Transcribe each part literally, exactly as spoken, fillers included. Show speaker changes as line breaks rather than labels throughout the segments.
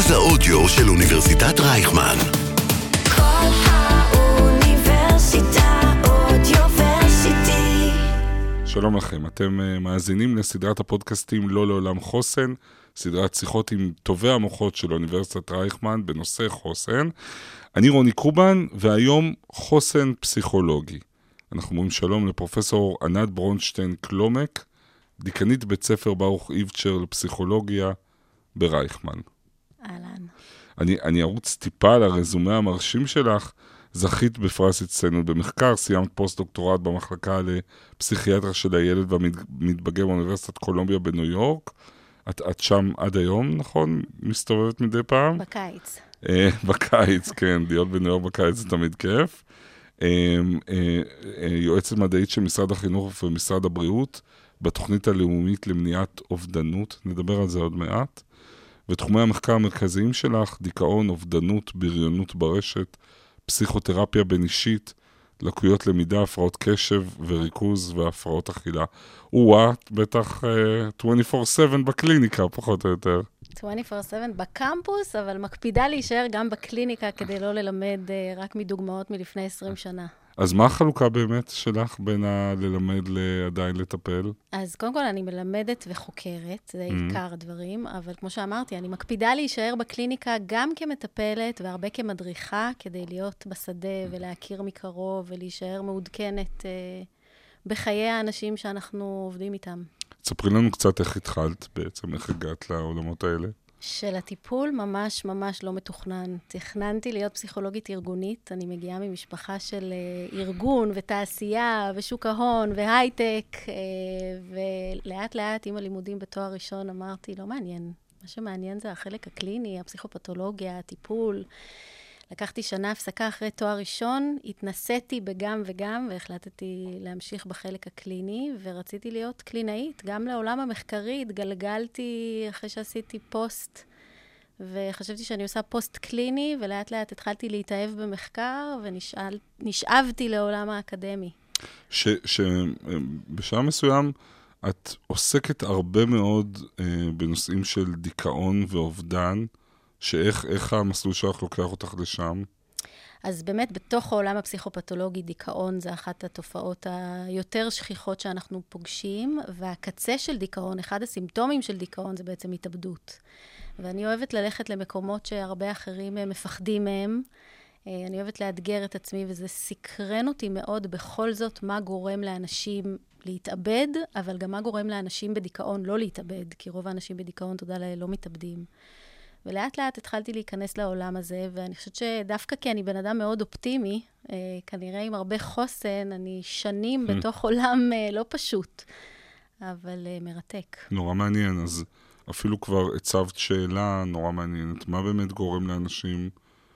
מרכז האודיו של אוניברסיטת רייכמן.
כל האוניברסיטה אודיוורסיטי.
שלום לכם, אתם uh, מאזינים לסדרת הפודקאסטים לא לעולם חוסן, סדרת שיחות עם טובי המוחות של אוניברסיטת רייכמן בנושא חוסן. אני רוני קובן, והיום חוסן פסיכולוגי. אנחנו אומרים שלום לפרופסור ענת ברונשטיין קלומק, דיקנית בית ספר ברוך איבצ'ר לפסיכולוגיה ברייכמן.
אהלן.
אני, אני ארוץ טיפה על הרזומה המרשים שלך. זכית בפרס אצלנו במחקר, סיימת פוסט-דוקטורט במחלקה לפסיכיאטריה של הילד והמתבגר באוניברסיטת קולומביה בניו יורק. את, את שם עד היום, נכון? מסתובבת מדי פעם?
בקיץ.
בקיץ, כן. להיות בניו יורק בקיץ זה תמיד כיף. יועצת מדעית של משרד החינוך ומשרד הבריאות, בתוכנית הלאומית למניעת אובדנות, נדבר על זה עוד מעט. ותחומי המחקר המרכזיים שלך, דיכאון, אובדנות, בריונות ברשת, פסיכותרפיה בין אישית, לקויות למידה, הפרעות קשב וריכוז והפרעות אכילה. וואט, בטח uh, עשרים וארבע שבע בקליניקה, פחות או יותר.
עשרים וארבע שבע בקמפוס, אבל מקפידה להישאר גם בקליניקה כדי לא ללמד uh, רק מדוגמאות מלפני עשרים שנה.
אז מה החלוקה באמת שלך בין ללמד לעדיין לטפל?
אז קודם כל אני מלמדת וחוקרת, זה עיקר הדברים, אבל כמו שאמרתי, אני מקפידה להישאר בקליניקה גם כמטפלת והרבה כמדריכה, כדי להיות בשדה ולהכיר מקרוב ולהישאר מעודכנת אה, בחיי האנשים שאנחנו עובדים איתם.
תספרי לנו קצת איך התחלת בעצם, איך הגעת לעולמות האלה.
של הטיפול ממש ממש לא מתוכנן. תכננתי להיות פסיכולוגית ארגונית, אני מגיעה ממשפחה של uh, ארגון ותעשייה ושוק ההון והייטק, uh, ולאט לאט עם הלימודים בתואר ראשון אמרתי, לא מעניין. מה שמעניין זה החלק הקליני, הפסיכופתולוגיה, הטיפול. לקחתי שנה הפסקה אחרי תואר ראשון, התנסיתי בגם וגם, והחלטתי להמשיך בחלק הקליני, ורציתי להיות קלינאית. גם לעולם המחקרי התגלגלתי אחרי שעשיתי פוסט, וחשבתי שאני עושה פוסט קליני, ולאט לאט התחלתי להתאהב במחקר, ונשאבתי לעולם האקדמי.
שבשעה מסוים את עוסקת הרבה מאוד אה, בנושאים של דיכאון ואובדן, שאיך איך המסלול שלך לוקח אותך לשם?
אז באמת, בתוך העולם הפסיכופתולוגי, דיכאון זה אחת התופעות היותר שכיחות שאנחנו פוגשים, והקצה של דיכאון, אחד הסימפטומים של דיכאון זה בעצם התאבדות. ואני אוהבת ללכת למקומות שהרבה אחרים מפחדים מהם. אני אוהבת לאתגר את עצמי, וזה סקרן אותי מאוד בכל זאת מה גורם לאנשים להתאבד, אבל גם מה גורם לאנשים בדיכאון לא להתאבד, כי רוב האנשים בדיכאון, תודה לאל, לא מתאבדים. ולאט לאט התחלתי להיכנס לעולם הזה, ואני חושבת שדווקא כי אני בן אדם מאוד אופטימי, אה, כנראה עם הרבה חוסן, אני שנים בתוך עולם אה, לא פשוט, אבל אה, מרתק.
נורא מעניין, אז אפילו כבר הצבת שאלה נורא מעניינת. מה באמת גורם לאנשים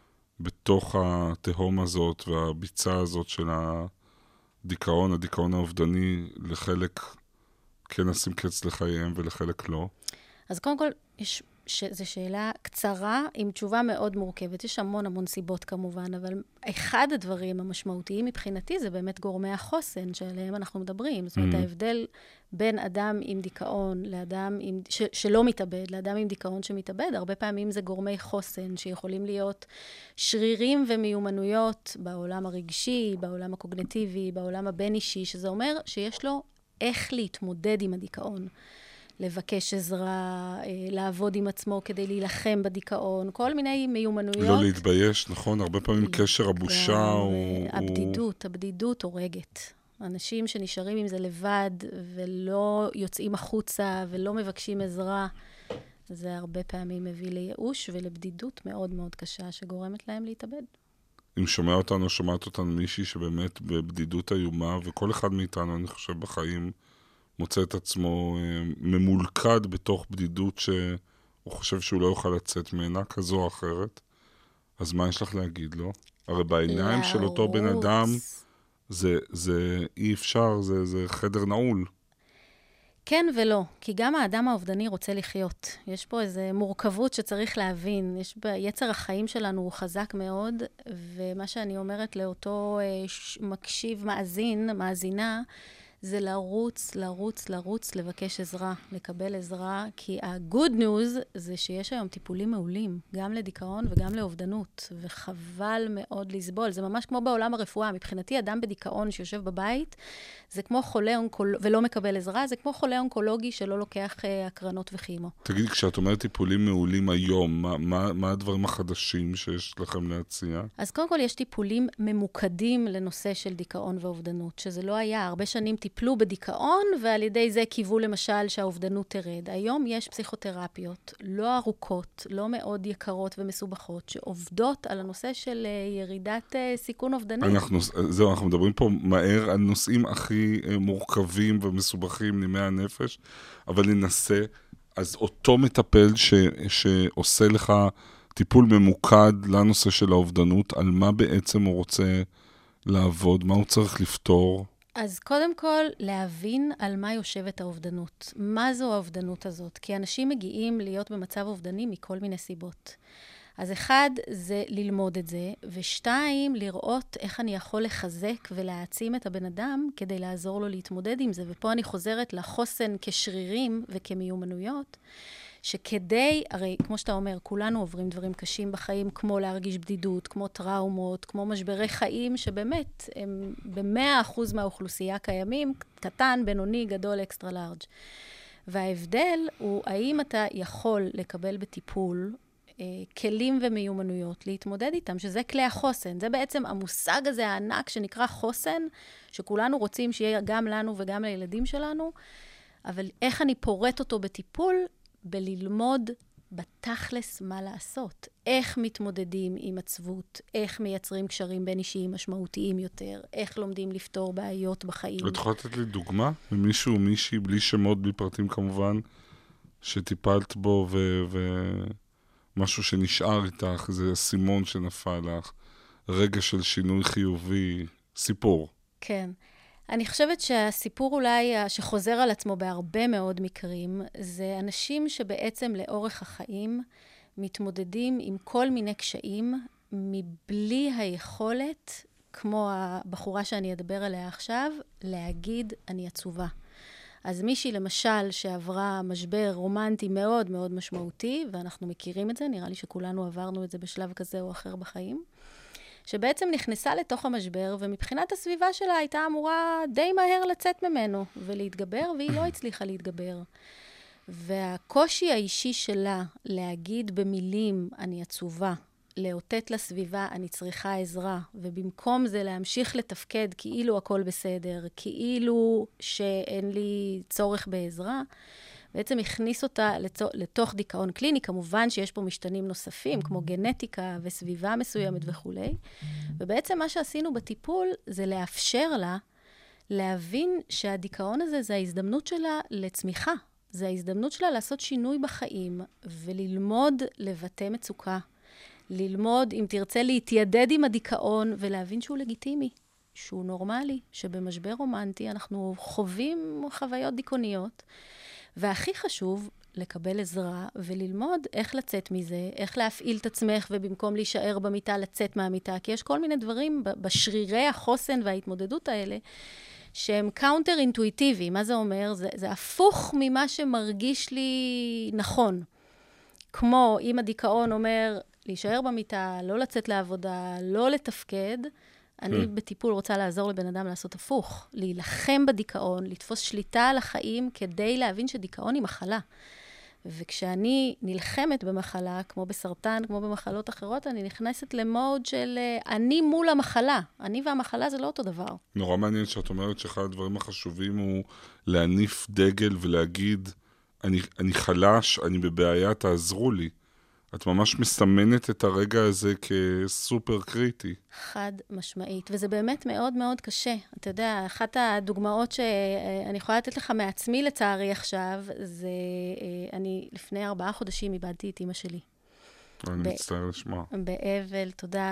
בתוך התהום הזאת והביצה הזאת של הדיכאון, הדיכאון האובדני, לחלק כן נשים קץ לחייהם ולחלק לא?
אז קודם כל, יש... שזו שאלה קצרה עם תשובה מאוד מורכבת. יש המון המון סיבות כמובן, אבל אחד הדברים המשמעותיים מבחינתי זה באמת גורמי החוסן שעליהם אנחנו מדברים. זאת אומרת, mm-hmm. ההבדל בין אדם עם דיכאון לאדם עם, ש, שלא מתאבד, לאדם עם דיכאון שמתאבד, הרבה פעמים זה גורמי חוסן שיכולים להיות שרירים ומיומנויות בעולם הרגשי, בעולם הקוגניטיבי, בעולם הבין-אישי, שזה אומר שיש לו איך להתמודד עם הדיכאון. לבקש עזרה, לעבוד עם עצמו כדי להילחם בדיכאון, כל מיני מיומנויות.
לא להתבייש, נכון? הרבה פעמים קשר הבושה הוא...
הבדידות, הבדידות הורגת. אנשים שנשארים עם זה לבד, ולא יוצאים החוצה, ולא מבקשים עזרה, זה הרבה פעמים מביא לייאוש ולבדידות מאוד מאוד קשה, שגורמת להם להתאבד.
אם שומע אותנו, שומעת אותנו מישהי שבאמת בבדידות איומה, וכל אחד מאיתנו, אני חושב, בחיים, מוצא את עצמו ממולכד בתוך בדידות שהוא חושב שהוא לא יוכל לצאת ממנה, כזו או אחרת. אז מה יש לך להגיד לו? הרי בעיניים של אותו בן אדם, זה, זה אי אפשר, זה, זה חדר נעול.
כן ולא, כי גם האדם האובדני רוצה לחיות. יש פה איזו מורכבות שצריך להבין. יש ביצר החיים שלנו הוא חזק מאוד, ומה שאני אומרת לאותו מקשיב, מאזין, מאזינה, זה לרוץ, לרוץ, לרוץ, לבקש עזרה, לקבל עזרה, כי ה-good news זה שיש היום טיפולים מעולים, גם לדיכאון וגם לאובדנות, וחבל מאוד לסבול. זה ממש כמו בעולם הרפואה. מבחינתי, אדם בדיכאון שיושב בבית, זה כמו חולה אונקולוגי, ולא מקבל עזרה, זה כמו חולה אונקולוגי שלא לוקח אה, הקרנות וכימו.
תגידי, כשאת אומרת טיפולים מעולים היום, מה, מה, מה הדברים החדשים שיש לכם להציע?
אז קודם כל יש טיפולים ממוקדים לנושא של דיכאון ואובדנות, שזה לא היה. הרבה שנים טיפלו בדיכאון, ועל ידי זה קיוו למשל שהאובדנות תרד. היום יש פסיכותרפיות לא ארוכות, לא מאוד יקרות ומסובכות, שעובדות על הנושא של ירידת סיכון אובדני.
אנחנו, זהו, אנחנו מדברים פה מהר על נושאים הכי מורכבים ומסובכים נימי הנפש, אבל ננסה, אז אותו מטפל ש, שעושה לך טיפול ממוקד לנושא של האובדנות, על מה בעצם הוא רוצה לעבוד, מה הוא צריך לפתור?
אז קודם כל, להבין על מה יושבת האובדנות. מה זו האובדנות הזאת? כי אנשים מגיעים להיות במצב אובדני מכל מיני סיבות. אז אחד, זה ללמוד את זה, ושתיים, לראות איך אני יכול לחזק ולהעצים את הבן אדם כדי לעזור לו להתמודד עם זה. ופה אני חוזרת לחוסן כשרירים וכמיומנויות, שכדי, הרי כמו שאתה אומר, כולנו עוברים דברים קשים בחיים, כמו להרגיש בדידות, כמו טראומות, כמו משברי חיים, שבאמת הם במאה אחוז מהאוכלוסייה קיימים, קטן, בינוני, גדול, אקסטרה לארג'. וההבדל הוא, האם אתה יכול לקבל בטיפול אה, כלים ומיומנויות להתמודד איתם, שזה כלי החוסן. זה בעצם המושג הזה הענק שנקרא חוסן, שכולנו רוצים שיהיה גם לנו וגם לילדים שלנו, אבל איך אני פורט אותו בטיפול? בללמוד בתכלס מה לעשות. איך מתמודדים עם עצבות, איך מייצרים קשרים בין אישיים משמעותיים יותר, איך לומדים לפתור בעיות בחיים.
את יכולה לתת לי דוגמה ממישהו או מישהי, בלי שמות, בלי פרטים כמובן, שטיפלת בו ומשהו שנשאר איתך, זה סימון שנפל לך, רגע של שינוי חיובי, סיפור.
כן. אני חושבת שהסיפור אולי שחוזר על עצמו בהרבה מאוד מקרים, זה אנשים שבעצם לאורך החיים מתמודדים עם כל מיני קשיים, מבלי היכולת, כמו הבחורה שאני אדבר עליה עכשיו, להגיד אני עצובה. אז מישהי למשל שעברה משבר רומנטי מאוד מאוד משמעותי, ואנחנו מכירים את זה, נראה לי שכולנו עברנו את זה בשלב כזה או אחר בחיים, שבעצם נכנסה לתוך המשבר, ומבחינת הסביבה שלה הייתה אמורה די מהר לצאת ממנו ולהתגבר, והיא לא הצליחה להתגבר. והקושי האישי שלה להגיד במילים אני עצובה, לאותת לסביבה אני צריכה עזרה, ובמקום זה להמשיך לתפקד כאילו הכל בסדר, כאילו שאין לי צורך בעזרה, בעצם הכניס אותה לתוך דיכאון קליני. כמובן שיש פה משתנים נוספים, כמו גנטיקה וסביבה מסוימת וכו'. ובעצם מה שעשינו בטיפול זה לאפשר לה להבין שהדיכאון הזה זה ההזדמנות שלה לצמיחה. זה ההזדמנות שלה לעשות שינוי בחיים וללמוד לבטא מצוקה. ללמוד, אם תרצה, להתיידד עם הדיכאון ולהבין שהוא לגיטימי, שהוא נורמלי, שבמשבר רומנטי אנחנו חווים חוויות דיכאוניות. והכי חשוב, לקבל עזרה וללמוד איך לצאת מזה, איך להפעיל את עצמך ובמקום להישאר במיטה, לצאת מהמיטה. כי יש כל מיני דברים בשרירי החוסן וההתמודדות האלה, שהם קאונטר אינטואיטיבי. מה זה אומר? זה, זה הפוך ממה שמרגיש לי נכון. כמו אם הדיכאון אומר להישאר במיטה, לא לצאת לעבודה, לא לתפקד, אני בטיפול רוצה לעזור לבן אדם לעשות הפוך, להילחם בדיכאון, לתפוס שליטה על החיים כדי להבין שדיכאון היא מחלה. וכשאני נלחמת במחלה, כמו בסרטן, כמו במחלות אחרות, אני נכנסת למוד של אני מול המחלה. אני והמחלה זה לא אותו דבר. נורא
מעניין שאת אומרת שאחד הדברים החשובים הוא להניף דגל ולהגיד, אני, אני חלש, אני בבעיה, תעזרו לי. את ממש מסמנת את הרגע הזה כסופר קריטי. חד משמעית,
וזה באמת מאוד מאוד קשה. אתה יודע, אחת הדוגמאות שאני יכולה לתת לך מעצמי לצערי עכשיו, זה אני לפני ארבעה חודשים איבדתי את אמא שלי.
אני ב- מצטער לשמוע.
באבל, תודה.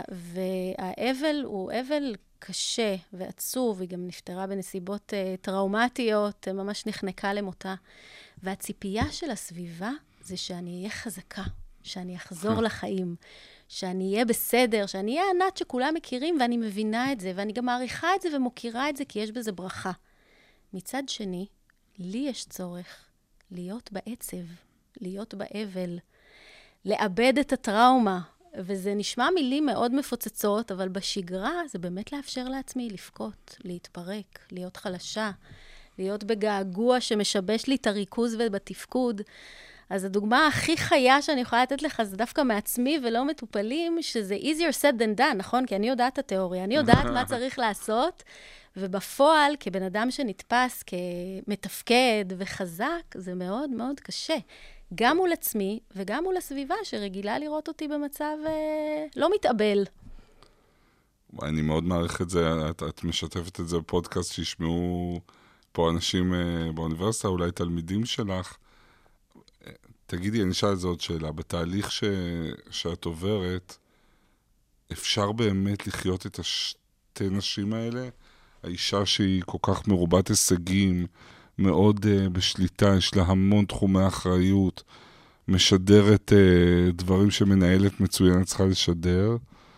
והאבל הוא אבל קשה ועצוב, היא גם נפטרה בנסיבות uh, טראומטיות, ממש נחנקה למותה. והציפייה של הסביבה זה שאני אהיה חזקה. שאני אחזור לחיים, שאני אהיה בסדר, שאני אהיה ענת שכולם מכירים, ואני מבינה את זה, ואני גם מעריכה את זה ומוכירה את זה, כי יש בזה ברכה. מצד שני, לי יש צורך להיות בעצב, להיות באבל, לאבד את הטראומה, וזה נשמע מילים מאוד מפוצצות, אבל בשגרה זה באמת לאפשר לעצמי לפקוט, להתפרק, להיות חלשה, להיות בגעגוע שמשבש לי את הריכוז ובתפקוד. אז הדוגמה הכי חיה שאני יכולה לתת לך זה דווקא מעצמי ולא מטופלים, שזה easier said than done, נכון? כי אני יודעת את התיאוריה, אני יודעת מה צריך לעשות, ובפועל, כבן אדם שנתפס כמתפקד וחזק, זה מאוד מאוד קשה. גם מול עצמי וגם מול הסביבה שרגילה לראות אותי במצב אה, לא מתאבל.
אני מאוד מעריך את זה, את, את משתפת את זה בפודקאסט שישמעו פה אנשים אה, באוניברסיטה, אולי תלמידים שלך. תגידי, אני אשאל את זה עוד שאלה. בתהליך ש, שאת עוברת, אפשר באמת לחיות את השתי נשים האלה? האישה שהיא כל כך מרובת הישגים, מאוד uh, בשליטה, יש לה המון תחומי אחריות, משדרת uh, דברים שמנהלת מצוינת צריכה לשדר,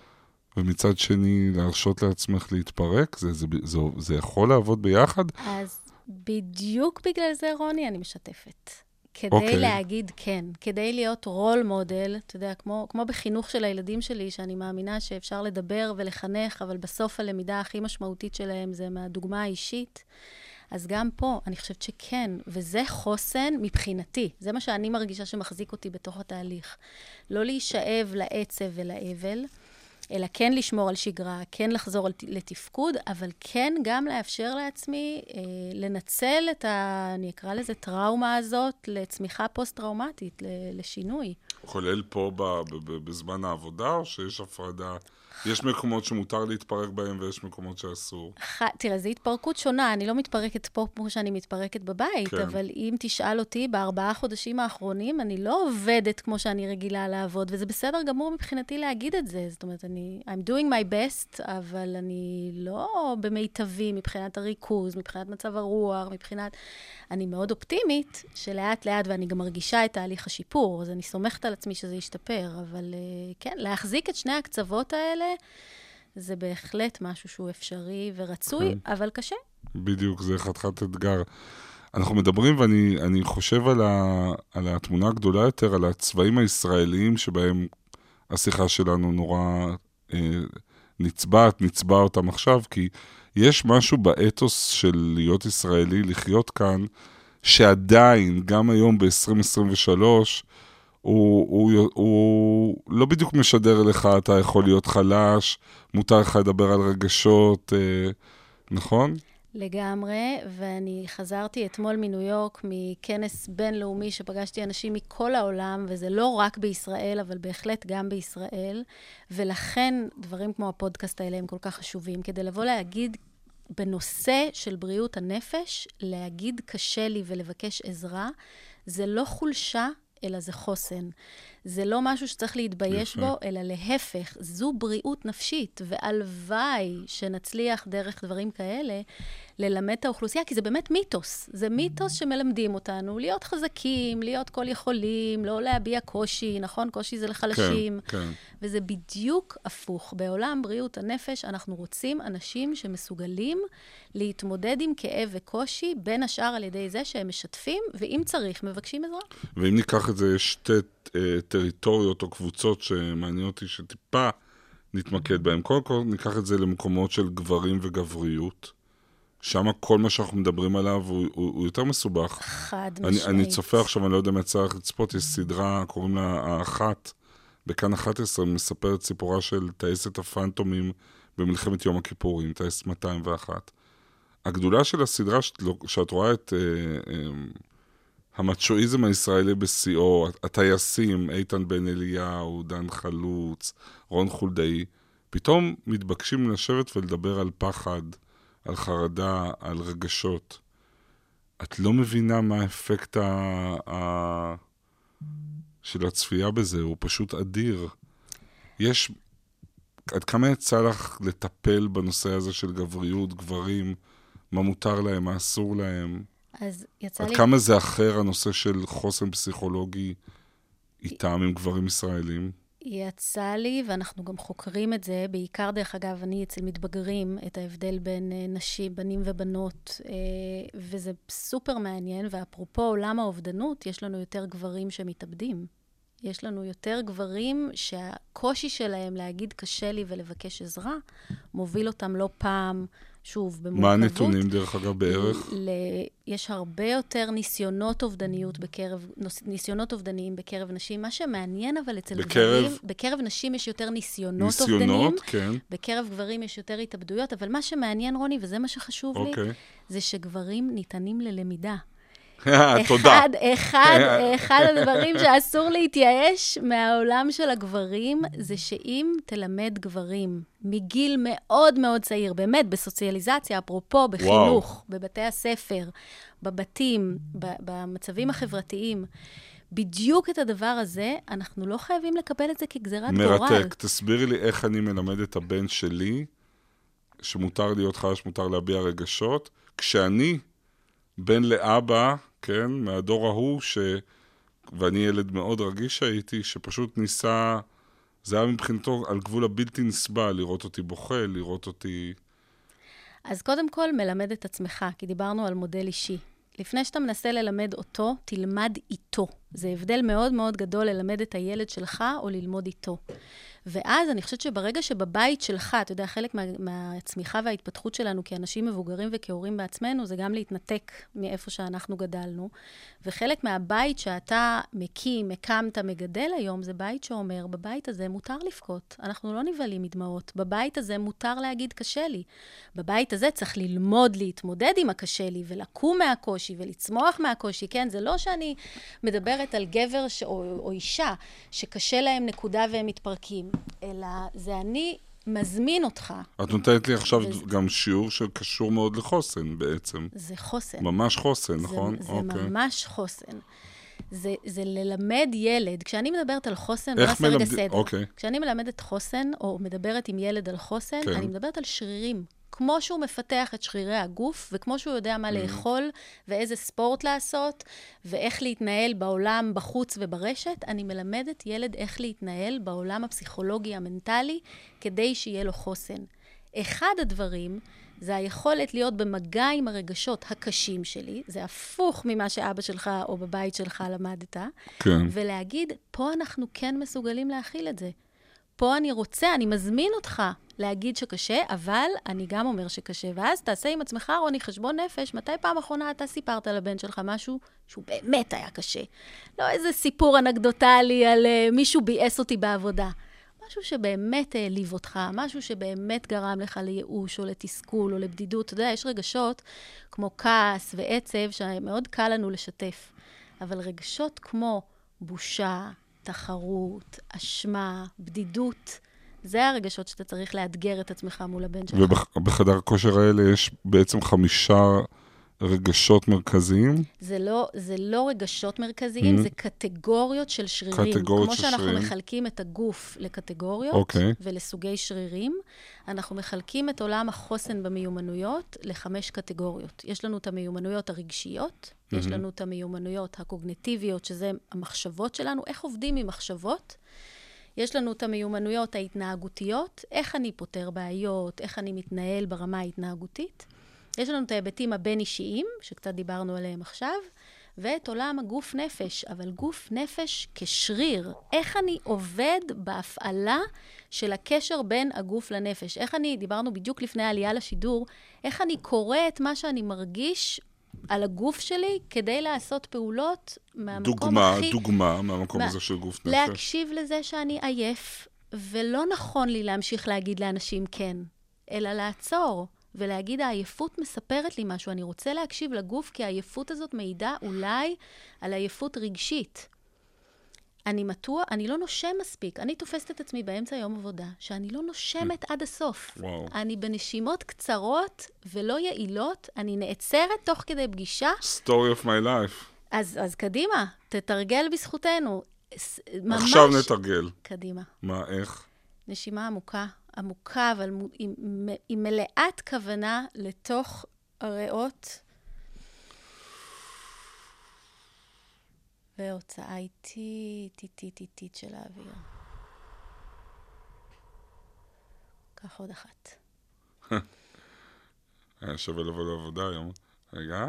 ומצד שני להרשות לעצמך להתפרק, זה, זה, זה, זה יכול לעבוד ביחד?
אז בדיוק בגלל זה, רוני, אני משתפת. כדי okay. להגיד כן, כדי להיות רול מודל, אתה יודע, כמו, כמו בחינוך של הילדים שלי, שאני מאמינה שאפשר לדבר ולחנך, אבל בסוף הלמידה הכי משמעותית שלהם זה מהדוגמה האישית. אז גם פה, אני חושבת שכן, וזה חוסן מבחינתי. זה מה שאני מרגישה שמחזיק אותי בתוך התהליך. לא להישאב לעצב ולאבל, אלא כן לשמור על שגרה, כן לחזור לתפקוד, אבל כן גם לאפשר לעצמי אה, לנצל את ה... אני אקרא לזה טראומה הזאת, לצמיחה פוסט-טראומטית, לשינוי.
כולל פה ב, ב, ב, בזמן העבודה, או שיש הפרדה? יש מקומות שמותר להתפרק בהם ויש מקומות שאסור.
ח... תראה, זו התפרקות שונה. אני לא מתפרקת פה כמו שאני מתפרקת בבית, כן. אבל אם תשאל אותי, בארבעה חודשים האחרונים, אני לא עובדת כמו שאני רגילה לעבוד, וזה בסדר גמור מבחינתי להגיד את זה. זאת אומרת, אני, I'm doing my best, אבל אני לא במיטבי מבחינת הריכוז, מבחינת מצב הרוח, מבחינת... אני מאוד אופטימית שלאט לאט, ואני גם מרגישה את תהליך השיפור, אז אני סומכת על עצמי שזה ישתפר, אבל כן, להחזיק את שני הקצוות האלה, זה בהחלט משהו שהוא אפשרי ורצוי, כן. אבל קשה.
בדיוק, זה חתיכת אתגר. אנחנו מדברים, ואני אני חושב על, ה, על התמונה הגדולה יותר, על הצבעים הישראליים, שבהם השיחה שלנו נורא אה, נצבעת, נצבע אותם עכשיו, כי יש משהו באתוס של להיות ישראלי, לחיות כאן, שעדיין, גם היום ב-עשרים עשרים ושלוש, הוא, הוא, הוא לא בדיוק משדר לך, אתה יכול להיות חלש, מותר לך לדבר על רגשות, אה, נכון?
לגמרי, ואני חזרתי אתמול מניו יורק, מכנס בינלאומי שפגשתי אנשים מכל העולם, וזה לא רק בישראל, אבל בהחלט גם בישראל, ולכן דברים כמו הפודקאסט האלה הם כל כך חשובים, כדי לבוא להגיד בנושא של בריאות הנפש, להגיד קשה לי ולבקש עזרה, זה לא חולשה, אלא זה חוסן. זה לא משהו שצריך להתבייש יפה. בו, אלא להפך, זו בריאות נפשית, והלוואי שנצליח דרך דברים כאלה, ללמד את האוכלוסייה, כי זה באמת מיתוס. זה מיתוס שמלמדים אותנו, להיות חזקים, להיות כל יכולים, לא להביע קושי, נכון? קושי זה לחלשים.
כן, כן.
וזה בדיוק הפוך. בעולם בריאות הנפש, אנחנו רוצים אנשים שמסוגלים להתמודד עם כאב וקושי, בין השאר על ידי זה שהם משתפים, ואם צריך, מבקשים עזרה.
ואם ניקח את זה, יש שתי טריטוריות או קבוצות שמעניין אותי שטיפה נתמקד בהם. קודם כל ניקח את זה למקומות של גברים וגבריות. שם כל מה שאנחנו מדברים עליו הוא, הוא, הוא יותר מסובך.
חד
אני,
משמעית.
אני צופה עכשיו, אני לא יודע מה צריך לצפות, יש סדרה, קוראים לה האחת, בכאן אחת עשרה, מספרת סיפורה של טייסת הפנטומים במלחמת יום הכיפורים, טייסת מאתיים ואחת. הגדולה של הסדרה, שאת, שאת רואה את אה, אה, המצ'ואיזם הישראלי בשיאו, הטייסים, איתן בן אליהו, דן חלוץ, רון חולדאי, פתאום מתבקשים לשבת ולדבר על פחד, על חרדה, על רגשות. את לא מבינה מה האפקט ה... ה... של הצפייה בזה, הוא פשוט אדיר. יש... עד כמה יצא לך לטפל בנושא הזה של גבריות, גברים, מה מותר להם, מה אסור להם?
אז יצא
עד
לי...
כמה זה אחר הנושא של חוסן פסיכולוגי איתם עם גברים ישראלים?
יצא לי, ואנחנו גם חוקרים את זה, בעיקר דרך אגב, אני אצל מתבגרים, את ההבדל בין נשים, בנים ובנות, וזה סופר מעניין, ואפרופו עולם האובדנות, יש לנו יותר גברים שמתאבדים. יש לנו יותר גברים שהקושי שלהם להגיד קשה לי ולבקש עזרה, מוביל אותם לא פעם, שוב, במורכבות.
מה הנתונים דרך אגב בערך?
ל... יש הרבה יותר ניסיונות אובדניות בקרב, ניסיונות אובדניים בקרב נשים. מה שמעניין אבל אצל
בקרב...
גברים, בקרב נשים יש יותר ניסיונות,
ניסיונות
אובדניים.
כן.
בקרב גברים יש יותר התאבדויות, אבל מה שמעניין, רוני, וזה מה שחשוב
אוקיי.
לי, זה שגברים ניתנים ללמידה.
תודה.
אחד, אחד, אחד הדברים שאסור להתייאש מהעולם של הגברים, זה שאם תלמד גברים מגיל מאוד מאוד צעיר, באמת בסוציאליזציה, אפרופו, בחינוך, וואו. בבתי הספר, בבתים, במצבים החברתיים, בדיוק את הדבר הזה, אנחנו לא חייבים לקבל את זה כגזירת גורל.
מרתק, תסבירי לי איך אני מלמד את הבן שלי, שמותר להיות חש, שמותר להביע רגשות, כשאני בן לאבא, כן, מהדור ההוא, ש... ואני ילד מאוד רגיש הייתי, שפשוט ניסה, זה היה מבחינתו על גבול הבלתי נסבל, לראות אותי בוכה, לראות אותי...
אז קודם כל, מלמד את עצמך, כי דיברנו על מודל אישי. לפני שאתה מנסה ללמד אותו, תלמד איתו. זה הבדל מאוד מאוד גדול ללמד את הילד שלך או ללמוד איתו. ואז אני חושבת שברגע שבבית שלך, אתה יודע, חלק מה, מהצמיחה וההתפתחות שלנו כאנשים מבוגרים וכהורים בעצמנו, זה גם להתנתק מאיפה שאנחנו גדלנו. וחלק מהבית שאתה מקים, הקמת, מגדל היום, זה בית שאומר, בבית הזה מותר לבכות. אנחנו לא נבלים מדמעות. בבית הזה מותר להגיד קשה לי. בבית הזה צריך ללמוד להתמודד עם הקשה לי, ולקום מהקושי ולצמוח מהקושי. כן, זה לא שאני מדברת על גבר ש... או, או אישה שקשה להם נקודה והם מתפרקים. אלא זה אני מזמין אותך.
את נותנת לי עכשיו
וזה...
גם שיעור שקשור מאוד לחוסן בעצם.
זה חוסן.
ממש חוסן,
זה,
נכון?
זה
אוקיי.
ממש חוסן. זה, זה ללמד ילד, כשאני מדברת על חוסן,
איך
בוא נעשה רגע
מלמד...
סדר.
אוקיי.
כשאני מלמדת חוסן, או מדברת עם ילד על חוסן,
כן.
אני מדברת על שרירים. כמו שהוא מפתח את שרירי הגוף, וכמו שהוא יודע מה לאכול, ואיזה ספורט לעשות, ואיך להתנהל בעולם, בחוץ וברשת, אני מלמדת ילד איך להתנהל בעולם הפסיכולוגי המנטלי, כדי שיהיה לו חוסן. אחד הדברים, זה היכולת להיות במגע עם הרגשות הקשים שלי, זה הפוך ממה שאבא שלך או בבית שלך למדת,
כן.
ולהגיד, פה אנחנו כן מסוגלים להכיל את זה. פה אני רוצה, אני מזמין אותך להגיד שקשה, אבל אני גם אומר שקשה. ואז תעשה עם עצמך, רוני, חשבון נפש, מתי פעם אחרונה אתה סיפרת לבן שלך משהו שהוא באמת היה קשה? לא איזה סיפור אנקדוטלי על uh, מישהו ביאס אותי בעבודה. משהו שבאמת העליב אותך, משהו שבאמת גרם לך לייאוש או לתסכול או לבדידות. אתה יודע, יש רגשות כמו כעס ועצב שמאוד קל לנו לשתף. אבל רגשות כמו בושה, תחרות, אשמה, בדידות, זה הרגשות שאתה צריך לאתגר את עצמך מול הבן שלך.
ובחדר הכושר האלה יש בעצם חמישה רגשות מרכזיים?
זה לא, זה לא רגשות מרכזיים, mm-hmm. זה קטגוריות של שרירים.
קטגוריות
כמו
של
שאנחנו
שרירים.
מחלקים את הגוף לקטגוריות
okay.
ולסוגי שרירים, אנחנו מחלקים את עולם החוסן במיומנויות לחמש קטגוריות. יש לנו את המיומנויות הרגשיות, mm-hmm. יש לנו את המיומנויות הקוגניטיביות, שזה המחשבות שלנו, איך עובדים עם מחשבות. יש לנו את המיומנויות ההתנהגותיות, איך אני פותר בעיות, איך אני מתנהל ברמה ההתנהגותית. יש לנו את ההיבטים הבין-אישיים, שקצת דיברנו עליהם עכשיו, ואת עולם הגוף נפש, אבל גוף נפש כשריר. איך אני עובד בהפעלה של הקשר בין הגוף לנפש? איך אני, דיברנו בדיוק לפני העלייה לשידור, איך אני קורא את מה שאני מרגיש על הגוף שלי כדי לעשות פעולות מהמקום
דוגמה,
הכי...
דוגמה, דוגמה מהמקום
מה,
הזה של גוף נפש.
להקשיב לזה שאני עייף, ולא נכון לי להמשיך להגיד לאנשים כן, אלא לעצור. ולהגיד, העייפות מספרת לי משהו. אני רוצה להקשיב לגוף, כי העייפות הזאת מעידה אולי על עייפות רגשית. אני מטוע, אני לא נושם מספיק. אני תופסת את עצמי באמצע יום עבודה, שאני לא נושמת עד הסוף.
וואו.
אני בנשימות קצרות ולא יעילות, אני נעצרת תוך כדי פגישה.
Story of my life.
אז, אז קדימה, תתרגל בזכותנו. ממש...
עכשיו נתרגל.
קדימה.
מה, איך?
נשימה עמוקה. עמוקה, אבל עם, עם מלאת כוונה לתוך הריאות. והוצאה איטית, איטית, איטית של האוויר. קח עוד אחת.
היה שווה לבוא לעבודה היום. רגע.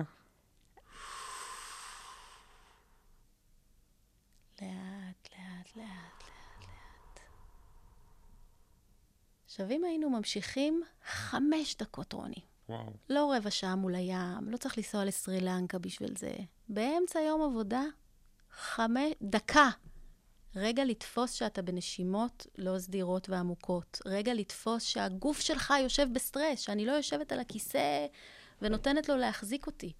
לאט, לאט, לאט, לאט, לאט. עכשיו, אם היינו ממשיכים חמש דקות, רוני.
וואו.
לא רבע שעה מול הים, לא צריך לנסוע לסרי לנקה בשביל זה. באמצע יום עבודה, חמש, דקה. רגע לתפוס שאתה בנשימות לא סדירות ועמוקות. רגע לתפוס שהגוף שלך יושב בסטרס, שאני לא יושבת על הכיסא ונותנת לו להחזיק אותי.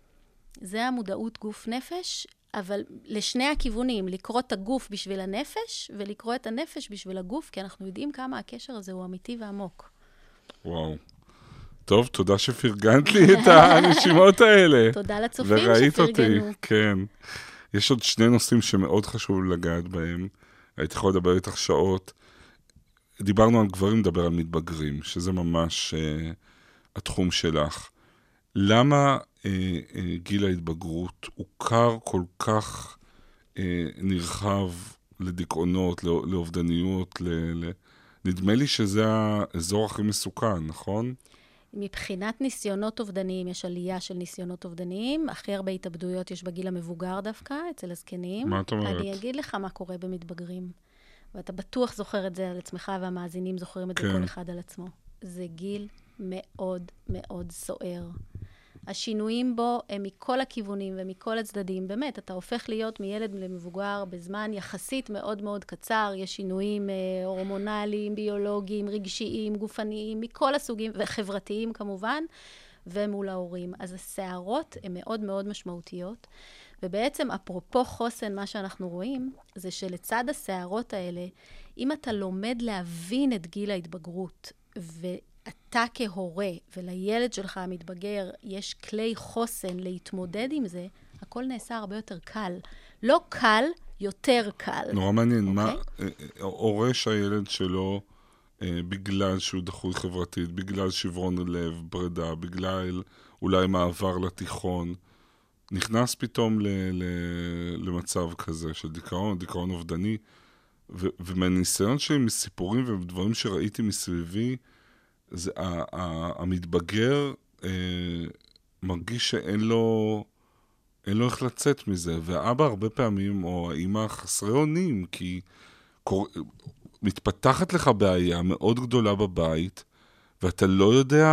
זה המודעות גוף נפש, אבל לשני הכיוונים, לקרוא את הגוף בשביל הנפש, ולקרוא את הנפש בשביל הגוף, כי אנחנו יודעים כמה הקשר הזה הוא אמיתי ועמוק.
וואו. טוב, תודה שפרגנת לי את הנשימות האלה.
תודה לצופים
וראית
שפרגנו.
אותי, כן. יש עוד שני נושאים שמאוד חשוב לגעת בהם. הייתי יכול לדבר איתך שעות. דיברנו על גברים, נדבר על מתבגרים, שזה ממש uh, התחום שלך. למה uh, uh, גיל ההתבגרות הוא קר כל כך uh, נרחב לדיכאונות, לא, לאובדניות, ל, ל... נדמה לי שזה האזור הכי מסוכן, נכון?
מבחינת ניסיונות אובדניים, יש עלייה של ניסיונות אובדניים, הכי הרבה התאבדויות יש בגיל המבוגר דווקא, אצל הזקנים.
מה את אומרת?
אני אגיד לך מה קורה במתבגרים, ואתה בטוח זוכר את זה על עצמך, והמאזינים זוכרים את זה
כן.
כל אחד על עצמו. זה גיל מאוד מאוד סוער. השינויים בו הם מכל הכיוונים ומכל הצדדים. באמת, אתה הופך להיות מילד למבוגר בזמן יחסית מאוד מאוד קצר. יש שינויים אה, הורמונליים, ביולוגיים, רגשיים, גופניים, מכל הסוגים, וחברתיים כמובן, ומול ההורים. אז הסערות הן מאוד מאוד משמעותיות. ובעצם, אפרופו חוסן, מה שאנחנו רואים, זה שלצד הסערות האלה, אם אתה לומד להבין את גיל ההתבגרות, ו... אתה כהורה ולילד שלך המתבגר, יש כלי חוסן להתמודד עם זה, הכל נעשה הרבה יותר קל. לא קל, יותר קל.
נורא מעניין, מה,
אוקיי?
הורה שהילד שלו, בגלל שהוא דחוי חברתית, בגלל שברון לב, פרידה, בגלל אולי מעבר לתיכון, נכנס פתאום ל, ל, למצב כזה של דיכאון, דיכאון אובדני, ו, ומהניסיון שלי מסיפורים ודברים שראיתי מסביבי, זה, ה, ה, המתבגר אה, מרגיש שאין לו, אין לו איך לצאת מזה, והאבא הרבה פעמים, או האמא חסרי אונים, כי קור... מתפתחת לך בעיה מאוד גדולה בבית, ואתה לא יודע...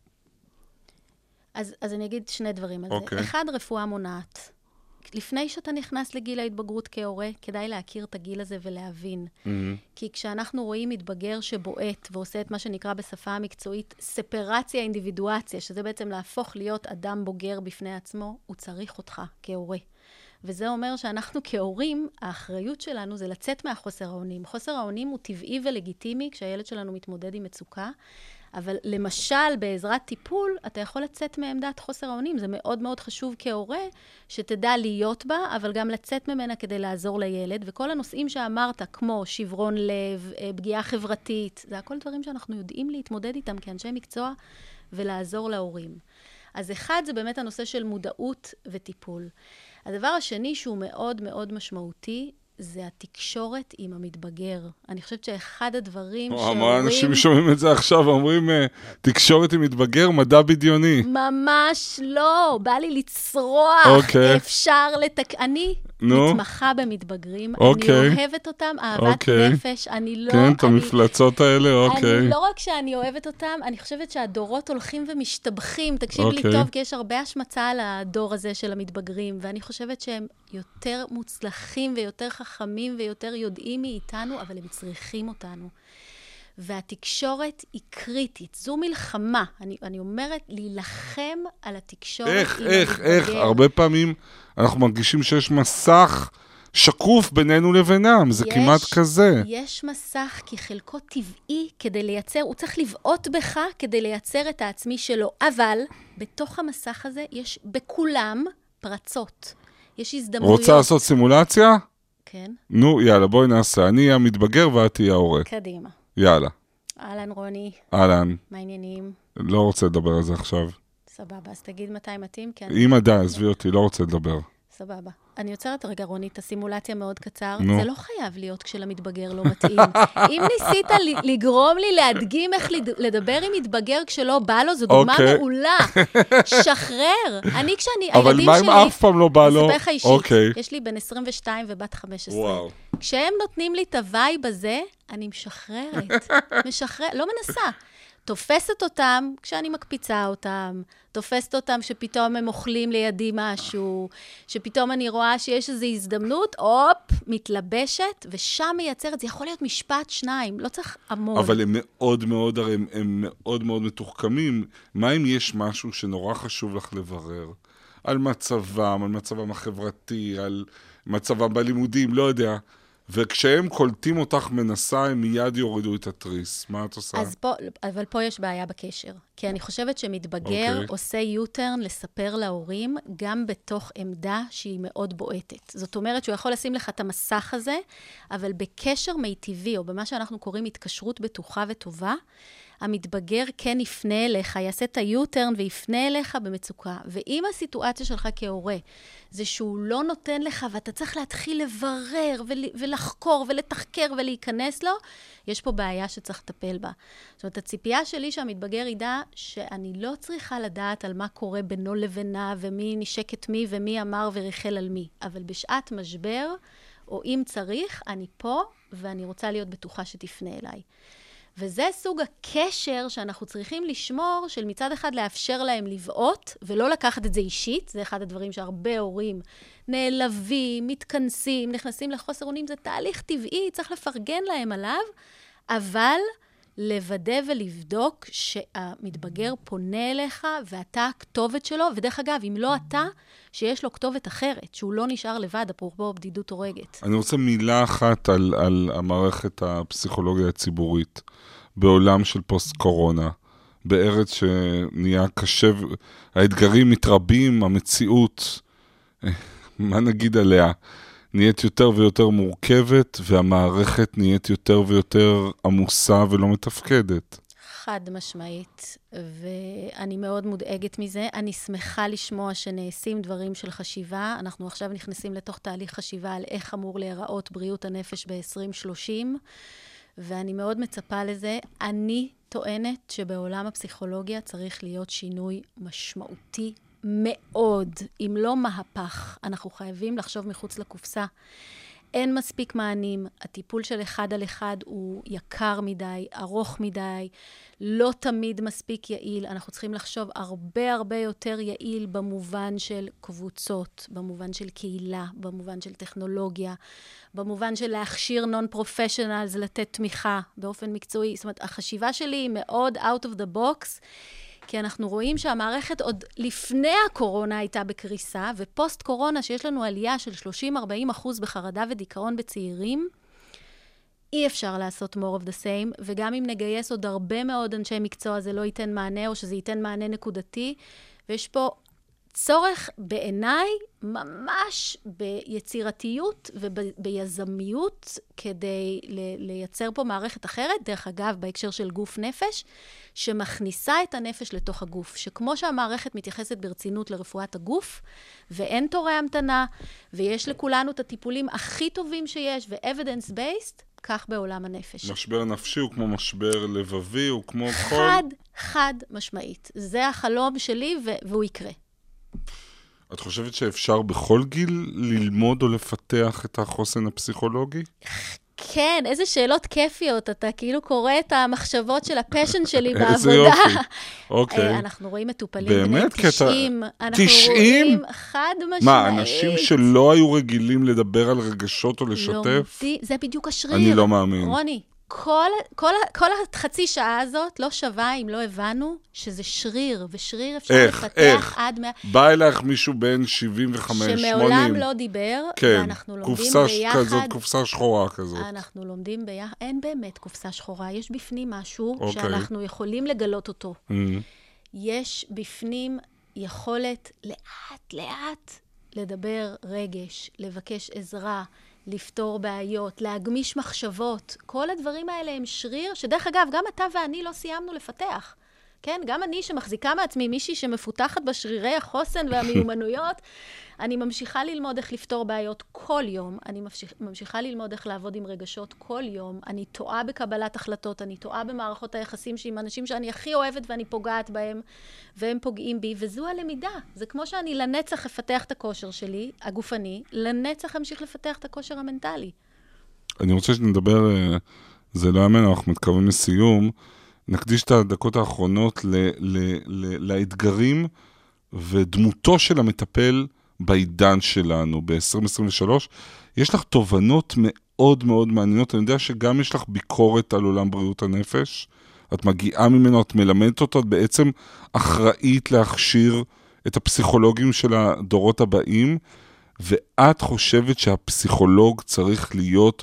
אז, אז אני אגיד שני דברים על
אוקיי.
זה. אחד, רפואה מונעת. לפני שאתה נכנס לגיל ההתבגרות כהורה, כדאי להכיר את הגיל הזה ולהבין. Mm-hmm. כי כשאנחנו רואים מתבגר שבועט ועושה את מה שנקרא בשפה המקצועית ספרציה אינדיבידואציה, שזה בעצם להפוך להיות אדם בוגר בפני עצמו, הוא צריך אותך כהורה. וזה אומר שאנחנו כהורים, האחריות שלנו זה לצאת מהחוסר האונים. חוסר האונים הוא טבעי ולגיטימי כשהילד שלנו מתמודד עם מצוקה, אבל למשל, בעזרת טיפול, אתה יכול לצאת מעמדת חוסר האונים. זה מאוד מאוד חשוב כהורה, שתדע להיות בה, אבל גם לצאת ממנה כדי לעזור לילד. וכל הנושאים שאמרת, כמו שברון לב, פגיעה חברתית, זה הכל דברים שאנחנו יודעים להתמודד איתם כאנשי מקצוע, ולעזור להורים. אז אחד, זה באמת הנושא של מודעות וטיפול. הדבר השני שהוא מאוד מאוד משמעותי, זה התקשורת עם המתבגר. אני חושבת שאחד הדברים שהורים...
אמרה, אנשים שומעים את זה עכשיו, אומרים, תקשורת עם מתבגר, מדע בדיוני.
ממש לא, בא לי לצרוח.
אוקיי.
אפשר לתק... אני
נו.
מתמחה במתבגרים.
אוקיי.
אני אוהבת אותם, אהבת
אוקיי.
נפש. אני לא...
כן, את
אני...
המפלצות האלה, אוקיי.
אני לא רק שאני אוהבת אותם, אני חושבת שהדורות הולכים ומשתבחים. תקשיב
אוקיי.
לי טוב, כי יש הרבה השמצה על הדור הזה של המתבגרים, ואני חושבת שהם יותר מוצלחים ויותר חכמים ויותר יודעים מאיתנו, אבל הם צריכים אותנו. והתקשורת היא קריטית. זו מלחמה. אני, אני אומרת, להילחם על התקשורת
איך,
עם
איך,
המתבגר.
איך, הרבה פעמים אנחנו מרגישים שיש מסך שקוף בינינו לבינם, זה
יש,
כמעט כזה.
יש מסך כי חלקו טבעי כדי לייצר, הוא צריך לבעוט בך כדי לייצר את העצמי שלו, אבל בתוך המסך הזה יש בכולם פרצות. יש הזדמנויות.
רוצה לעשות סימולציה?
כן.
נו, יאללה, בואי נעשה. אני אהיה המתבגר ואת תהיה ההורה.
קדימה.
יאללה.
אהלן רוני,
אהלן.
מה העניינים?
לא רוצה לדבר על זה עכשיו.
סבבה, אז תגיד מתי מתאים, כי אני...
אם עדיין, עזבי אותי, לא רוצה לדבר.
סבבה. אני יוצרת רגע, רוני, את הסימולציה מאוד קצר.
נו.
זה לא חייב להיות כשלמתבגר לא מתאים. אם ניסית ל- לגרום לי להדגים איך לד- לדבר עם מתבגר כשלא בא לו, זו דוגמה
אוקיי.
מעולה. שחרר. אני כשאני,
אבל
הילדים
מה
שלי...
אם אף פעם לא בא לו?
אספר לך אישית.
אוקיי.
יש לי בן עשרים ושתיים ובת חמש עשרה.
וואו.
כשהם נותנים לי את הווייב הזה, אני משחררת. משחררת, לא מנסה. תופסת אותם כשאני מקפיצה אותם, תופסת אותם שפתאום הם אוכלים לידי משהו, שפתאום אני רואה שיש איזו הזדמנות, הופ, מתלבשת, ושם מייצרת, זה יכול להיות משפט שניים, לא צריך המון.
אבל הם מאוד מאוד, הרי הם, הם מאוד מאוד מתוחכמים. מה אם יש משהו שנורא חשוב לך לברר? על מצבם, על מצבם החברתי, על מצבם בלימודים, לא יודע. וכשהם קולטים אותך מנסה, הם מיד יורידו את התריס. מה את עושה?
אז פה, אבל פה יש בעיה בקשר. כי אני חושבת שמתבגר
אוקיי.
עושה יוטרן לספר להורים, גם בתוך עמדה שהיא מאוד בועטת. זאת אומרת שהוא יכול לשים לך את המסך הזה, אבל בקשר מיטיבי, או במה שאנחנו קוראים התקשרות בטוחה וטובה, המתבגר כן יפנה אליך, יעשה את היוטרן ויפנה אליך במצוקה. ואם הסיטואציה שלך כהורה, זה שהוא לא נותן לך, ואתה צריך להתחיל לברר ול, ולחקור ולתחקר ולהיכנס לו, יש פה בעיה שצריך לטפל בה. זאת אומרת, הציפייה שלי שהמתבגר ידע שאני לא צריכה לדעת על מה קורה בינו לבינה, ומי נשק את מי ומי אמר וריחל על מי. אבל בשעת משבר, או אם צריך, אני פה ואני רוצה להיות בטוחה שתפנה אליי. וזה סוג הקשר שאנחנו צריכים לשמור, של מצד אחד לאפשר להם לבעוט, ולא לקחת את זה אישית, זה אחד הדברים שהרבה הורים נעלבים, מתכנסים, נכנסים לחוסר אונים, זה תהליך טבעי, צריך לפרגן להם עליו, אבל לוודא ולבדוק שהמתבגר פונה אליך, ואתה הכתובת שלו, ודרך אגב, אם לא אתה, שיש לו כתובת אחרת, שהוא לא נשאר לבד, אפרופו בדידות הורגת.
אני רוצה מילה אחת על, על המערכת הפסיכולוגיה הציבורית, בעולם של פוסט-קורונה, בארץ שנהיה קשה, האתגרים מתרבים, המציאות, מה נגיד עליה, נהיית יותר ויותר מורכבת, והמערכת נהיית יותר ויותר עמוסה ולא מתפקדת.
חד משמעית, ואני מאוד מודאגת מזה. אני שמחה לשמוע שנעשים דברים של חשיבה. אנחנו עכשיו נכנסים לתוך תהליך חשיבה על איך אמור להיראות בריאות הנפש ב-עשרים שלושים, ואני מאוד מצפה לזה. אני טוענת שבעולם הפסיכולוגיה צריך להיות שינוי משמעותי מאוד, אם לא מהפך. אנחנו חייבים לחשוב מחוץ לקופסה. אין מספיק מענים, הטיפול של אחד על אחד הוא יקר מדי, ארוך מדי, לא תמיד מספיק יעיל. אנחנו צריכים לחשוב הרבה הרבה יותר יעיל במובן של קבוצות, במובן של קהילה, במובן של טכנולוגיה, במובן של להכשיר נון-פרופשיונלס, לתת תמיכה באופן מקצועי. זאת אומרת, החשיבה שלי היא מאוד out of the box, כי אנחנו רואים שהמערכת עוד לפני הקורונה הייתה בקריסה, ופוסט קורונה שיש לנו עלייה של שלושים עד ארבעים אחוז בחרדה ודיכאון בצעירים, אי אפשר לעשות more of the same, וגם אם נגייס עוד הרבה מאוד אנשי מקצוע, זה לא ייתן מענה, או שזה ייתן מענה נקודתי, ויש פה צורך בעיניי ממש ביצירתיות וביזמיות, כדי לייצר פה מערכת אחרת, דרך אגב, בהקשר של גוף נפש, שמכניסה את הנפש לתוך הגוף, שכמו שהמערכת מתייחסת ברצינות לרפואת הגוף, ואין תורי המתנה, ויש לכולנו את הטיפולים הכי טובים שיש, ו-evidence based, כך בעולם הנפש.
משבר נפשי הוא כמו משבר לבבי, הוא כמו כל...
חד, חד משמעית. זה החלום שלי, והוא יקרה.
את חושבת שאפשר בכל גיל ללמוד או לפתח את החוסן הפסיכולוגי?
כן, איזה שאלות כיפיות. אתה כאילו קורא את המחשבות של הפשן שלי בעבודה.
איזה יופי. אוקיי.
אנחנו רואים מטופלים בני
באמת?
תשעים. אנחנו
תשעים?
רואים חד משמעית.
מה, אנשים שלא היו רגילים לדבר על רגשות או לשתף?
זה בדיוק השריר.
אני לא מאמין.
רוני, כל, כל, כל החצי שעה הזאת לא שווה אם לא הבנו שזה שריר, ושריר אפשר
איך,
לפתח
איך?
עד מאה...
בא אלייך מישהו בן שבעים וחמש שמונים.
שמעולם לא דיבר,
כן,
ואנחנו לומדים
קופסה
ביחד...
כזאת, קופסה שחורה כזאת.
אנחנו לומדים ביחד, אין באמת קופסה שחורה, יש בפנים משהו
אוקיי.
שאנחנו יכולים לגלות אותו.
Mm-hmm.
יש בפנים יכולת לאט לאט לדבר רגש, לבקש עזרה, לפתור בעיות, להגמיש מחשבות. כל הדברים האלה הם שריר, שדרך אגב, גם אתה ואני לא סיימנו לפתח. כן? גם אני שמחזיקה מעצמי מישהי שמפותחת בשרירי החוסן והמיומנויות, אני ממשיכה ללמוד איך לפתור בעיות כל יום, אני ממשיך, ממשיכה ללמוד איך לעבוד עם רגשות כל יום, אני טועה בקבלת החלטות, אני טועה במערכות היחסים עם אנשים שאני הכי אוהבת ואני פוגעת בהם, והם פוגעים בי, וזו הלמידה. זה כמו שאני לנצח אפתח את הכושר שלי, הגופני, לנצח אמשיך לפתח את הכושר המנטלי.
אני רוצה שנדבר, זה לא יאמן, אנחנו מתקרבים לסיום, נקדיש את הדקות האחרונות ל, ל, ל, לאתגרים ודמותו של המטפל בעידן שלנו, ב-עשרים עשרים ושלוש. יש לך תובנות מאוד מאוד מעניינות, אני יודע שגם יש לך ביקורת על עולם בריאות הנפש, את מגיעה ממנו, את מלמדת אותו, את בעצם אחראית להכשיר את הפסיכולוגים של הדורות הבאים, ואת חושבת שהפסיכולוג צריך להיות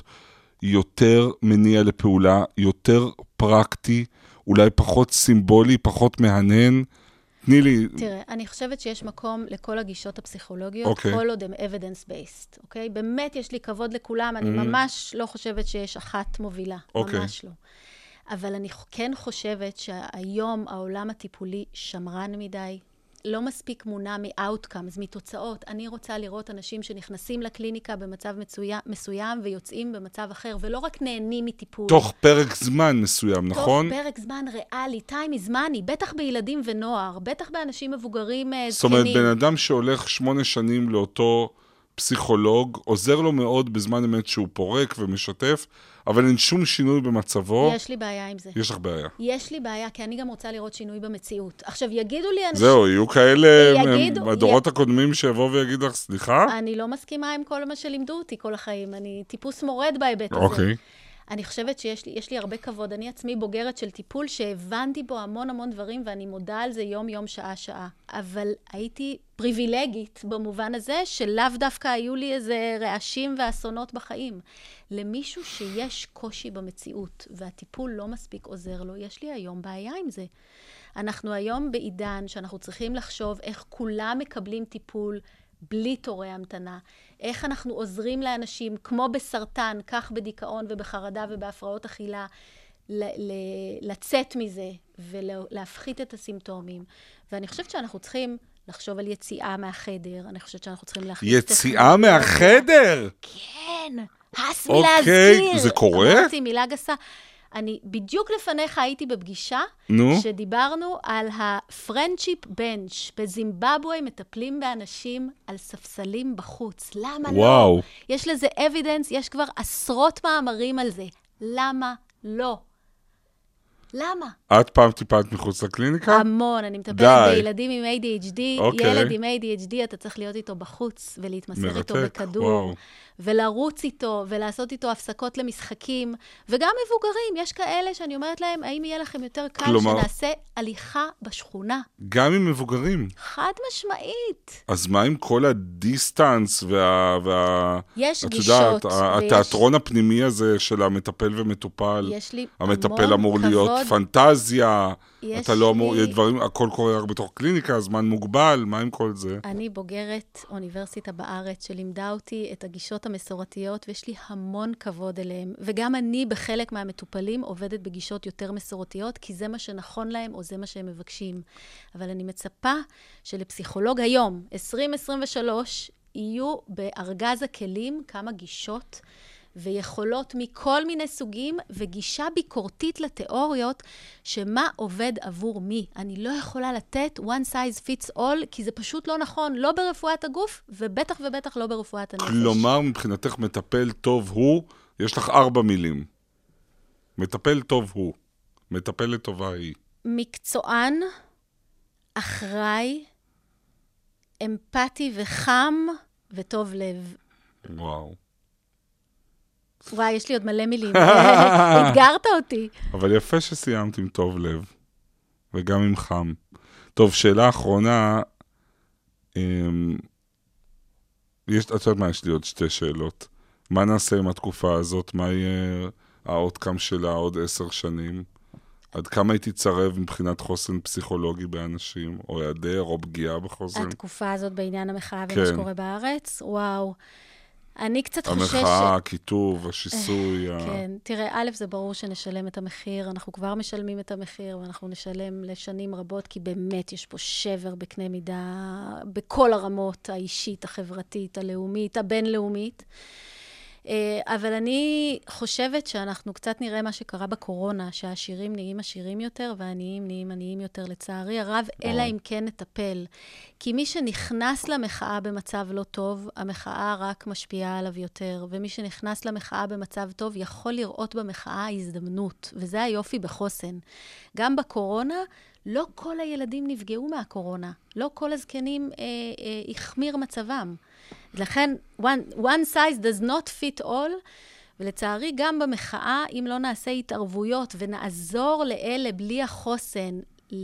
יותר מניע לפעולה, יותר פרקטי, אולי פחות סימבולי, פחות מהנהן. תני לי...
תראה, אני חושבת שיש מקום לכל הגישות הפסיכולוגיות, okay. כל עוד הם evidence-based, אוקיי? Okay? באמת יש לי כבוד לכולם, אני mm. ממש לא חושבת שיש אחת מובילה, okay. ממש לא. אבל אני כן חושבת שהיום העולם הטיפולי שמרן מדי, לא מספיק מונע מ-outcomes, מתוצאות. אני רוצה לראות אנשים שנכנסים לקליניקה במצב מצויה, מסוים ויוצאים במצב אחר, ולא רק נהנים מטיפול.
תוך פרק זמן מסוים, נכון?
תוך פרק זמן ריאלי, time is money, בטח בילדים ונוער, בטח באנשים מבוגרים זקנים.
זאת אומרת, בן אדם שהולך שמונה שנים לאותו פסיכולוג, עוזר לו מאוד בזמן אמת שהוא פורק ומשתף, אבל אין שום שינוי במצבו.
יש לי בעיה עם זה.
יש לך בעיה.
יש לי בעיה, כי אני גם רוצה לראות שינוי במציאות. עכשיו, יגידו לי אנשים...
זהו, יהיו כאלה, יגידו, הדורות י... הקודמים שיבוא ויגיד לך, סליחה?
אני לא מסכימה עם כל מה שלימדו אותי כל החיים. אני טיפוס מורד בהיבט הזה.
אוקיי.
אני חושבת שיש לי, יש לי הרבה כבוד. אני עצמי בוגרת של טיפול שהבנתי בו המון המון דברים, ואני מודה על זה יום יום, שעה שעה. אבל הייתי פריבילגית במובן הזה, שלאו דווקא היו לי איזה רעשים ואסונות בחיים. למישהו שיש קושי במציאות, והטיפול לא מספיק עוזר לו, יש לי היום בעיה עם זה. אנחנו היום בעידן שאנחנו צריכים לחשוב איך כולם מקבלים טיפול בלי תורי המתנה. איך אנחנו עוזרים לאנשים, כמו בסרטן, כך בדיכאון ובחרדה ובהפרעות אכילה, ל- ל- לצאת מזה ולהפחית את הסימפטומים. ואני חושבת שאנחנו צריכים לחשוב על יציאה מהחדר. אני חושבת שאנחנו צריכים להכניס...
יציאה מהחדר?
כן. הס מלהזכיר.
אוקיי, זה קורה?
אמרתי מילה גסה. אני בדיוק לפניך הייתי בפגישה,
נו?
שדיברנו על ה-friendship bench. בזימבבואה מטפלים באנשים על ספסלים בחוץ. למה
וואו.
לא? יש לזה evidence, יש כבר עשרות מאמרים על זה. למה לא? למה?
את פעם טיפלת מחוץ לקליניקה?
המון, אני מטפלת בילדים עם איי די אייץ' די.
אוקיי.
ילד עם איי די אייץ' די, אתה צריך להיות איתו בחוץ, ולהתמסר
מרתק,
איתו בכדור.
וואו.
ולרוץ איתו, ולעשות איתו הפסקות למשחקים. וגם מבוגרים, יש כאלה שאני אומרת להם, האם יהיה לכם יותר קל
כלומר,
שנעשה הליכה בשכונה?
גם עם מבוגרים.
חד משמעית.
אז מה עם כל הדיסטנס וה... וה...
יש
את
גישות.
יודעת, התיאטרון הפנימי הזה של המטפל ומטופל.
יש לי
המטפל אמור להיות פנטזיה. אתה לא אמור,
לי...
דברים, הכל קורה רק בתוך קליניקה, זמן מוגבל, מה עם כל זה?
אני בוגרת אוניברסיטה בארץ שלימדה אותי את הגישות המסורתיות, ויש לי המון כבוד אליהם. וגם אני בחלק מהמטופלים עובדת בגישות יותר מסורתיות, כי זה מה שנכון להם או זה מה שהם מבקשים. אבל אני מצפה שלפסיכולוג היום, עשרים עשרים ושלוש, יהיו בארגז הכלים כמה גישות ויכולות מכל מיני סוגים, וגישה ביקורתית לתיאוריות, שמה עובד עבור מי. אני לא יכולה לתת one size fits all, כי זה פשוט לא נכון, לא ברפואת הגוף, ובטח ובטח לא ברפואת הנפש.
כלומר, מבחינתך מטפל טוב הוא, יש לך ארבע מילים. מטפל טוב הוא, מטפלת טובה היא.
מקצוען, אחראי, אמפתי וחם, וטוב לב.
וואו.
וואי, יש לי עוד מלא מילים. התגרת אותי.
אבל יפה שסיימת עם טוב לב, וגם עם חם. טוב, שאלה אחרונה, יש, את יודעת מה, יש לי עוד שתי שאלות. מה נעשה עם התקופה הזאת? מה יהיה האוטקאם שלה עוד עשר שנים? עד כמה היא תצרב מבחינת חוסן פסיכולוגי באנשים, או היעדר, או פגיעה בחוסן?
התקופה הזאת בעניין המחאה
כן.
ומה שקורה בארץ? וואו. אני קצת חוששת...
המחאה, הכיתוב, השיסוי.
כן, תראה, א', זה ברור שנשלם את המחיר, אנחנו כבר משלמים את המחיר, ואנחנו נשלם לשנים רבות, כי באמת יש פה שבר בקנה מידה, בכל הרמות, האישית, החברתית, הלאומית, הבינלאומית. אבל אני חושבת שאנחנו קצת נראה מה שקרה בקורונה, שהעשירים נהיים עשירים יותר, והעניים נהיים עניים יותר, לצערי הרב, אלא אם כן נטפל. כי מי שנכנס למחאה במצב לא טוב, המחאה רק משפיעה עליו יותר, ומי שנכנס למחאה במצב טוב, יכול לראות במחאה הזדמנות, וזה היופי בחוסן. גם בקורונה, לא כל הילדים נפגעו מהקורונה, לא כל הזקנים אה, אה, החמיר מצבם. לכן, one, one size does not fit all, ולצערי גם במחאה, אם לא נעשה התערבויות ונעזור לאלה בלי החוסן,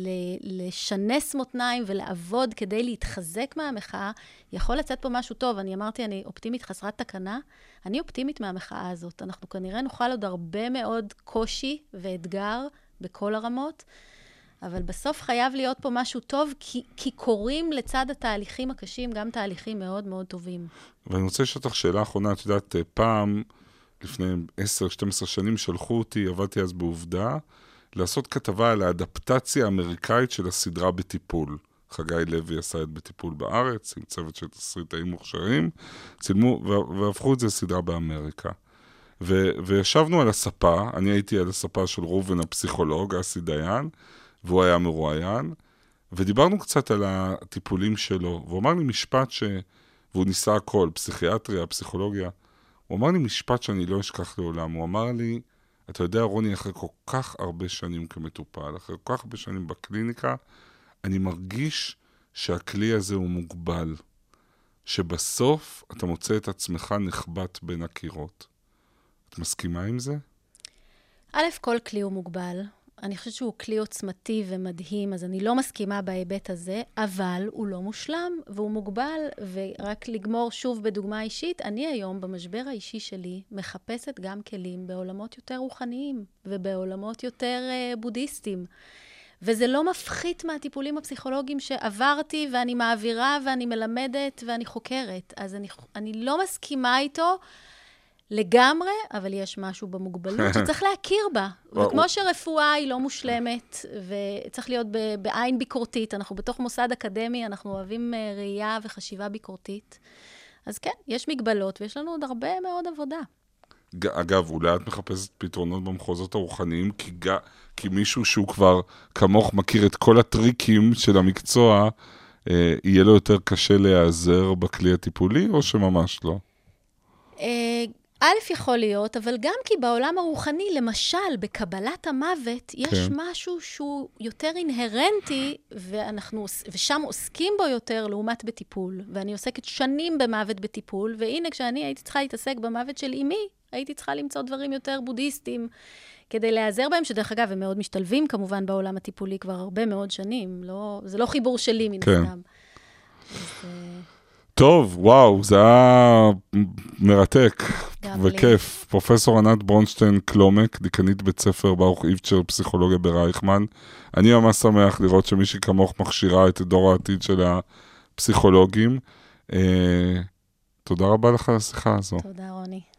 לשנס מותניים ולעבוד כדי להתחזק מהמחאה, יכול לצאת פה משהו טוב. אני אמרתי, אני אופטימית חסרת תקנה, אני אופטימית מהמחאה הזאת. אנחנו כנראה נוכל עוד הרבה מאוד קושי ואתגר בכל הרמות, אבל בסוף חייב להיות פה משהו טוב, כי, כי קוראים לצד התהליכים הקשים גם תהליכים מאוד מאוד טובים.
ואני רוצה לשאול אותך שאלה אחרונה, את יודעת, פעם, לפני עשר שתים עשרה שנים, שלחו אותי, עבדתי אז בעובדה, לעשות כתבה על האדפטציה האמריקאית של הסדרה בטיפול. חגי לוי עשה את בטיפול בארץ, עם צוות של תסריטאים מוכשרים, צילמו, והפכו את זה לסדרה באמריקה. ו- וישבנו על הספה, אני הייתי על הספה של רובן הפסיכולוג, אסי דיין, והוא היה מרואיין, ודיברנו קצת על הטיפולים שלו, והוא אמר לי משפט ש... והוא ניסה הכל, פסיכיאטריה, פסיכולוגיה, הוא אמר לי משפט שאני לא אשכח לעולם, הוא אמר לי, אתה יודע רוני, אחרי כל כך הרבה שנים כמטופל, אחרי כל כך הרבה שנים בקליניקה, אני מרגיש שהכלי הזה הוא מוגבל, שבסוף אתה מוצא את עצמך נחבט בין הקירות. את מסכימה עם זה?
א', כל כלי הוא מוגבל. אני חושבת שהוא כלי עוצמתי ומדהים, אז אני לא מסכימה בהיבט הזה, אבל הוא לא מושלם והוא מוגבל, ורק לגמור שוב בדוגמה אישית, אני היום במשבר האישי שלי מחפשת גם כלים בעולמות יותר רוחניים ובעולמות יותר uh, בודהיסטיים. וזה לא מפחית מהטיפולים הפסיכולוגיים שעברתי ואני מעבירה ואני מלמדת ואני חוקרת. אז אני, אני לא מסכימה איתו, לגמרי, אבל יש משהו במוגבלות שצריך להכיר בה. וכמו שרפואה היא לא מושלמת, וצריך להיות בעין ביקורתית, אנחנו בתוך מוסד אקדמי, אנחנו אוהבים ראייה וחשיבה ביקורתית. אז כן, יש מגבלות, ויש לנו עוד הרבה מאוד עבודה.
אגב, אולי את מחפשת פתרונות במחוזות הרוחניים, כי, כי מישהו שהוא כבר כמוך מכיר את כל הטריקים של המקצוע, אה, יהיה לו יותר קשה להיעזר בכלי הטיפולי, או שממש לא?
אה... א' יכול להיות, אבל גם כי בעולם הרוחני, למשל, בקבלת המוות, יש כן. משהו שהוא יותר אינהרנטי, ואנחנו, ושם עוסקים בו יותר לעומת בטיפול. ואני עוסקת שנים במוות בטיפול, והנה כשאני הייתי צריכה להתעסק במוות של אמי, הייתי צריכה למצוא דברים יותר בודהיסטיים, כדי להיעזר בהם, שדרך אגב, הם מאוד משתלבים כמובן בעולם הטיפולי כבר הרבה מאוד שנים. לא, זה לא חיבור שלי מן
כן.
הסתם. אז...
טוב, וואו, זה היה מרתק וכיף. פרופסור ענת ברונשטיין קלומק, דיקנית בית ספר ברוך איבצ'ר פסיכולוגיה ברייכמן. אני ממש שמח לראות שמישהי כמוך מכשירה את דור העתיד של הפסיכולוגים. תודה רבה לך על השיחה הזו.
תודה רוני.